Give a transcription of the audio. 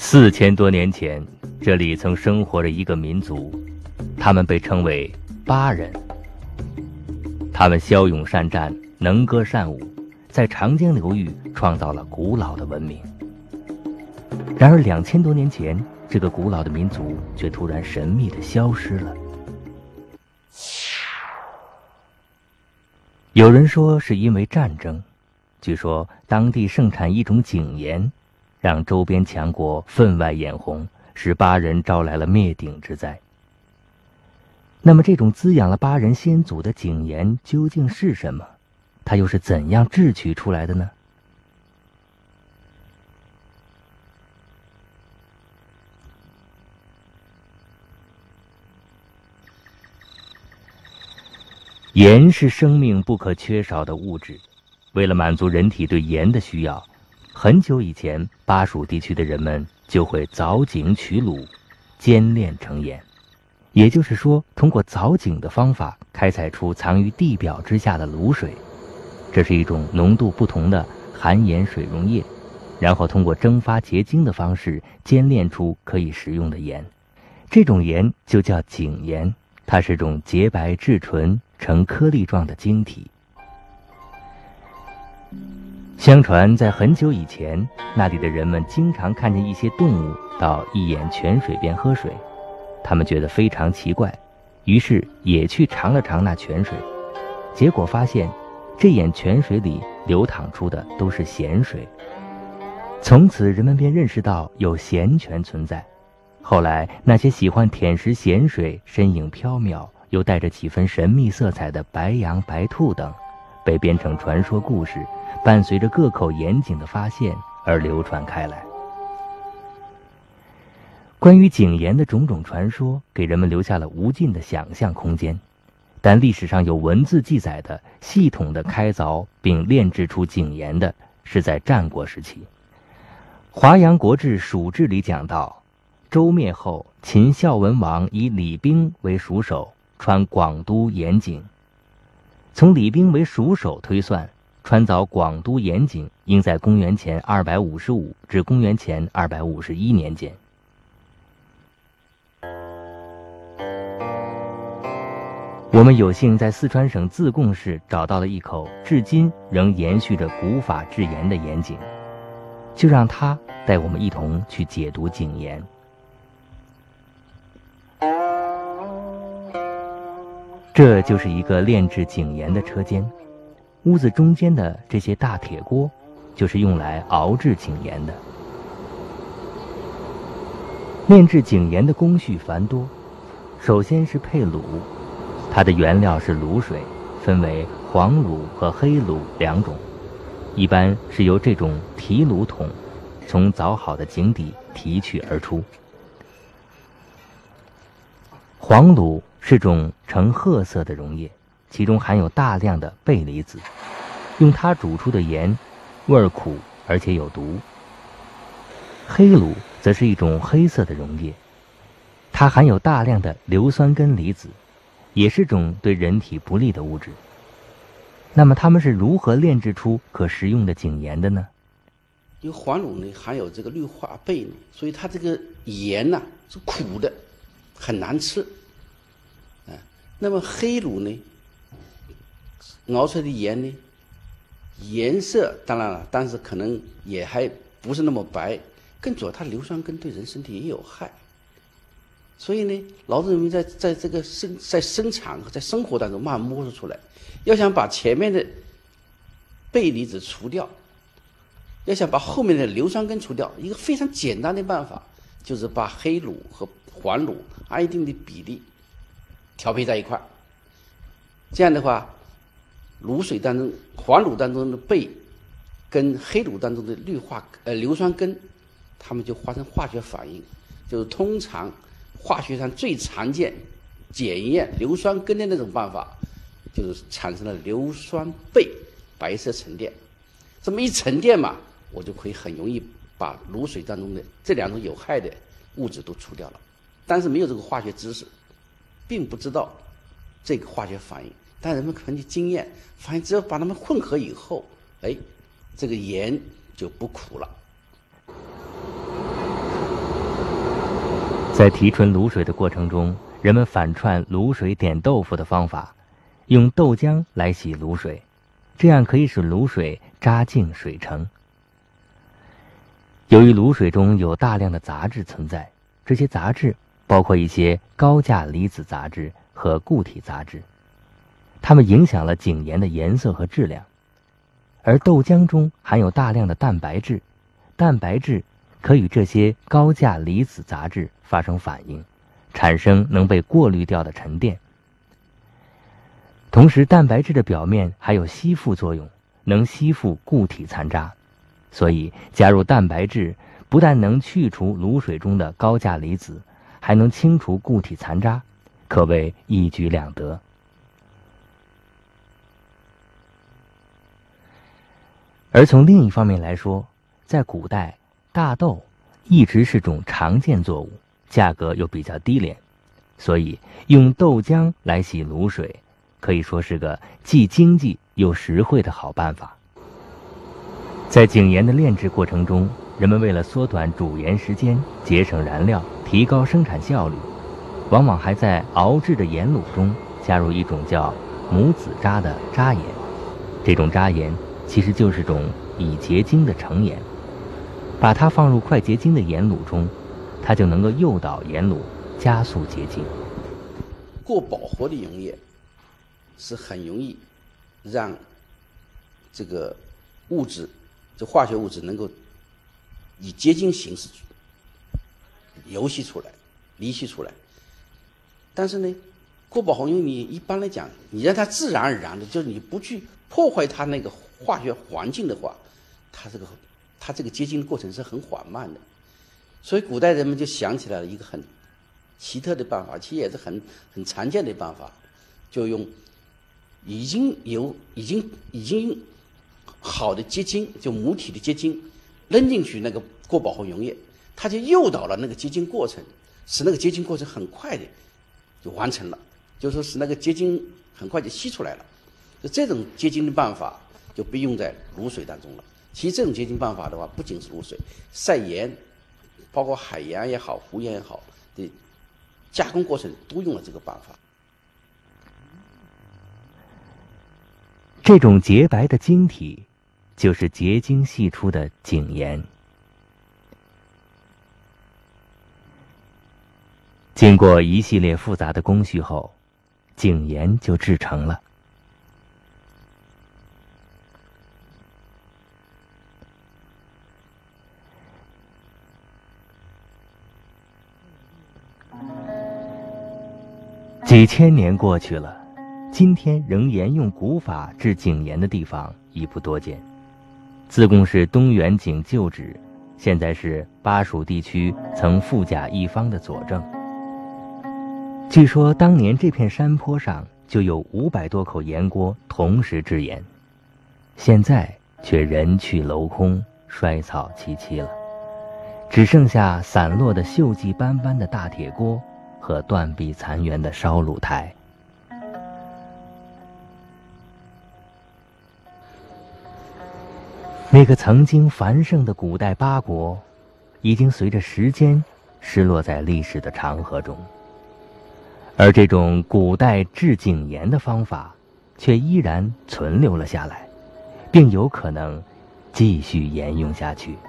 4000多年前，这里曾生活着一个民族，他们被称为巴人。他们骁勇善战，能歌善舞，在长江流域创造了古老的文明。然而2000多年前，这个古老的民族却突然神秘地消失了。有人说是因为战争，据说当地盛产一种井盐，让周边强国分外眼红，使巴人招来了灭顶之灾。那么这种滋养了巴人先祖的井盐究竟是什么？它又是怎样制取出来的呢？盐是生命不可缺少的物质，为了满足人体对盐的需要，很久以前巴蜀地区的人们就会凿井取卤，煎炼成盐。也就是说，通过凿井的方法开采出藏于地表之下的卤水，这是一种浓度不同的含盐水溶液，然后通过蒸发结晶的方式煎炼出可以食用的盐。这种盐就叫井盐，它是种洁白质纯呈颗粒状的晶体。相传在很久以前，那里的人们经常看见一些动物到一眼泉水边喝水，他们觉得非常奇怪，于是也去尝了尝那泉水，结果发现这眼泉水里流淌出的都是咸水。从此人们便认识到有咸泉存在。后来那些喜欢舔食咸水、身影飘渺又带着几分神秘色彩的白羊、白兔等，被编成传说故事，伴随着各口盐井的发现而流传开来。关于井盐的种种传说，给人们留下了无尽的想象空间。但历史上有文字记载的系统的开凿并炼制出井盐的，是在战国时期。华阳国志·蜀志里讲到，周灭后，秦孝文王以李冰为蜀守，穿广都盐井。从李冰为蜀守推算，穿凿广都盐井应在公元前255至公元前251年间。我们有幸在四川省自贡市找到了一口至今仍延续着古法制盐的盐井，就让它带我们一同去解读井盐。这就是一个炼制井盐的车间，屋子中间的这些大铁锅就是用来熬制井盐的。炼制井盐的工序繁多，首先是配卤，它的原料是卤水，分为黄卤和黑卤两种，一般是由这种提卤桶从凿好的井底提取而出。黄卤是种呈褐色的溶液，其中含有大量的钡离子，用它煮出的盐味儿苦而且有毒。黑卤则是一种黑色的溶液，它含有大量的硫酸根离子，也是种对人体不利的物质。那么它们是如何炼制出可食用的井盐的呢？ 因为黄卤呢含有这个氯化钡呢，所以它这个盐呢是苦的，很难吃。那么黑卤呢，熬出来的盐呢，颜色当然了，但是可能也还不是那么白，更主要它硫酸根对人身体也有害。所以呢，劳动人民在这个生产和在生活当中慢慢摸索出来，要想把前面的钡离子除掉，要想把后面的硫酸根除掉，一个非常简单的办法就是把黑卤和黄卤按一定的比例调配在一块儿。这样的话，卤水当中黄卤当中的钡跟黑卤当中的硫酸根，它们就发生化学反应，就是通常化学上最常见检验硫酸根的那种办法，就是产生了硫酸钡白色沉淀。这么一沉淀嘛，我就可以很容易把卤水当中的这两种有害的物质都除掉了。但是没有这个化学知识，并不知道这个化学反应，但人们根据经验发现，只要把它们混合以后，这个盐就不苦了。 在提纯卤水的过程中，人们反串卤水点豆腐的方法，用豆浆来洗卤水，这样可以使卤水渣净水成。由于卤水中有大量的杂质存在，这些杂质包括一些高价离子杂质和固体杂质，它们影响了井盐的颜色和质量。而豆浆中含有大量的蛋白质，蛋白质可与这些高价离子杂质发生反应，产生能被过滤掉的沉淀。同时，蛋白质的表面还有吸附作用，能吸附固体残渣，所以加入蛋白质不但能去除卤水中的高价离子，还能清除固体残渣，可谓一举两得。而从另一方面来说，在古代，大豆一直是种常见作物，价格又比较低廉，所以用豆浆来洗卤水可以说是个既经济又实惠的好办法。在井盐的炼制过程中，人们为了缩短煮盐时间，节省燃料，提高生产效率，往往还在熬制的盐卤中加入一种叫母子渣的渣盐。这种渣盐其实就是种已结晶的成盐，把它放入快结晶的盐卤中，它就能够诱导盐卤加速结晶。 过饱和的溶液是很容易让这个物质，这化学物质能够以结晶形式游戏出来、离析出来。但是呢，过饱和溶液你一般来讲，你让它自然而然的，就是你不去破坏它那个化学环境的话，它这个结晶的过程是很缓慢的。所以古代人们就想起来了一个很奇特的办法，其实也是很常见的办法，就用已经好的结晶，就母体的结晶扔进去那个过饱和溶液，它就诱导了那个结晶过程，使那个结晶过程很快的就完成了，就说使那个结晶很快就析出来了。就这种结晶的办法就被用在卤水当中了。其实这种结晶办法的话，不仅是卤水，晒盐，包括海盐也好、湖盐也好的加工过程都用了这个办法。 这种洁白的晶体就是结晶析出的井盐。经过一系列复杂的工序后，井盐就制成了。几千年过去了，今天仍沿用古法制井盐的地方已不多见。自贡市东源井旧址，现在是巴蜀地区曾富甲一方的佐证。据说当年这片山坡上就有500多口盐锅同时制盐，现在却人去楼空，衰草萋萋了，只剩下散落的锈迹斑斑的大铁锅和断壁残垣的烧卤台。那个曾经繁盛的古代八国，已经随着时间失落在历史的长河中，而这种古代制井盐的方法却依然存留了下来，并有可能继续沿用下去。